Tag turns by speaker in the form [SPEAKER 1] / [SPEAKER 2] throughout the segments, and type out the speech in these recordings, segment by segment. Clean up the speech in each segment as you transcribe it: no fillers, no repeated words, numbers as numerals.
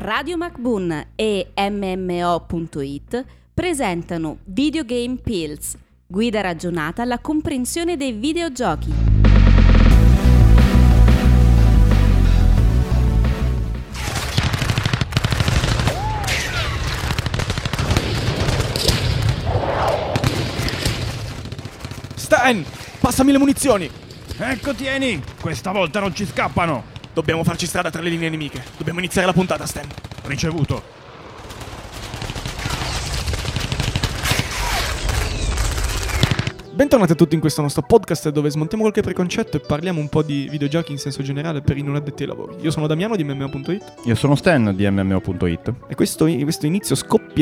[SPEAKER 1] Radio MacBoon e MMO.it presentano Videogame Pills, guida ragionata alla comprensione dei videogiochi.
[SPEAKER 2] Stan, passami le munizioni!
[SPEAKER 3] Ecco, tieni! Questa volta non ci scappano!
[SPEAKER 2] Dobbiamo farci strada tra le linee nemiche. Dobbiamo iniziare la puntata, Stan.
[SPEAKER 3] Ricevuto.
[SPEAKER 2] Bentornati a tutti in questo nostro podcast dove smontiamo qualche preconcetto e parliamo un po' di videogiochi in senso generale per i non addetti ai lavori. Io sono Damiano di MMO.it.
[SPEAKER 3] Io sono Stan di MMO.it.
[SPEAKER 2] E questo inizio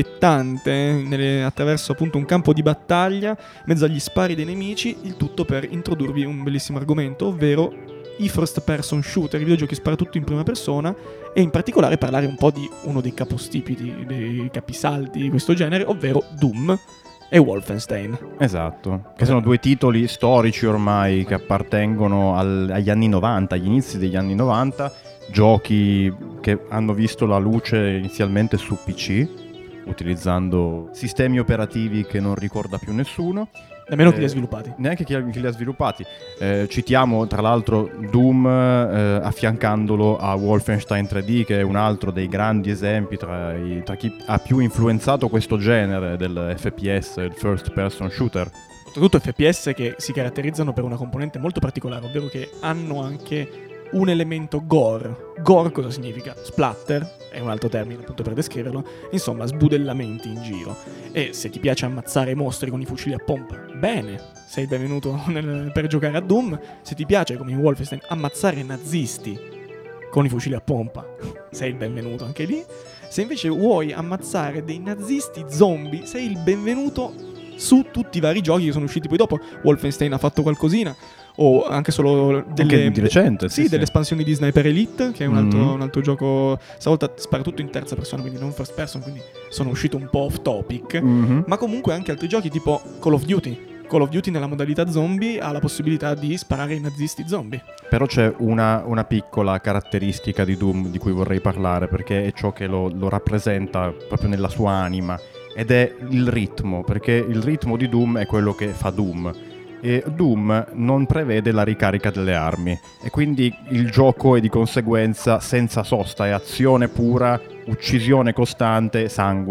[SPEAKER 2] scoppiettante attraverso appunto un campo di battaglia, in mezzo agli spari dei nemici, il tutto per introdurvi un bellissimo argomento, ovvero i first person shooter, i videogiochi sparatutto in prima persona, e in particolare parlare un po' di uno dei capostipiti, dei capisaldi di questo genere, ovvero Doom e Wolfenstein.
[SPEAKER 3] Esatto, che sono due titoli storici ormai che appartengono agli anni 90, agli inizi degli anni 90, giochi che hanno visto la luce inizialmente su PC, utilizzando sistemi operativi che non ricorda più nessuno.
[SPEAKER 2] Nemmeno chi li ha sviluppati.
[SPEAKER 3] Neanche chi li ha sviluppati. Citiamo tra l'altro Doom affiancandolo a Wolfenstein 3D, che è un altro dei grandi esempi tra chi ha più influenzato questo genere del FPS, il first person shooter.
[SPEAKER 2] Oltretutto FPS che si caratterizzano per una componente molto particolare, ovvero che hanno anche un elemento gore. Gore cosa significa? Splatter, è un altro termine appunto per descriverlo, insomma sbudellamenti in giro. E se ti piace ammazzare mostri con i fucili a pompa, bene, sei il benvenuto per giocare a Doom. Se ti piace, come in Wolfenstein, ammazzare nazisti con i fucili a pompa, sei il benvenuto anche lì. Se invece vuoi ammazzare dei nazisti zombie, sei il benvenuto su tutti i vari giochi che sono usciti poi dopo. Wolfenstein ha fatto qualcosina, o anche solo
[SPEAKER 3] anche di recente,
[SPEAKER 2] sì, delle espansioni di Sniper Elite, che è un altro gioco, stavolta spara tutto in terza persona, quindi non first person, quindi sono uscito un po' off topic, ma comunque anche altri giochi tipo Call of Duty nella modalità zombie ha la possibilità di sparare ai nazisti zombie.
[SPEAKER 3] Però c'è una piccola caratteristica di Doom di cui vorrei parlare, perché è ciò che lo rappresenta proprio nella sua anima, ed è il ritmo, perché il ritmo di Doom è quello che fa Doom. E Doom non prevede la ricarica delle armi e quindi il gioco è di conseguenza senza sosta, è azione pura, uccisione costante, sangue.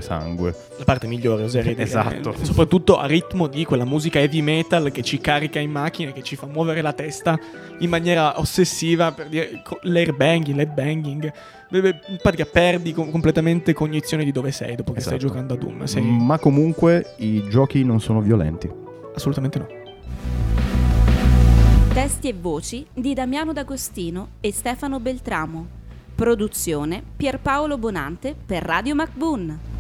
[SPEAKER 2] La parte migliore, oserei dire.
[SPEAKER 3] Esatto.
[SPEAKER 2] Soprattutto a ritmo di quella musica heavy metal che ci carica in macchina, che ci fa muovere la testa in maniera ossessiva, per dire l'headbanging. In pratica perdi completamente cognizione di dove sei dopo che stai giocando a Doom.
[SPEAKER 3] Ma comunque i giochi non sono violenti.
[SPEAKER 2] Assolutamente no.
[SPEAKER 1] Testi e voci di Damiano D'Agostino e Stefano Beltramo. Produzione Pierpaolo Bonante per Radio MacBoon.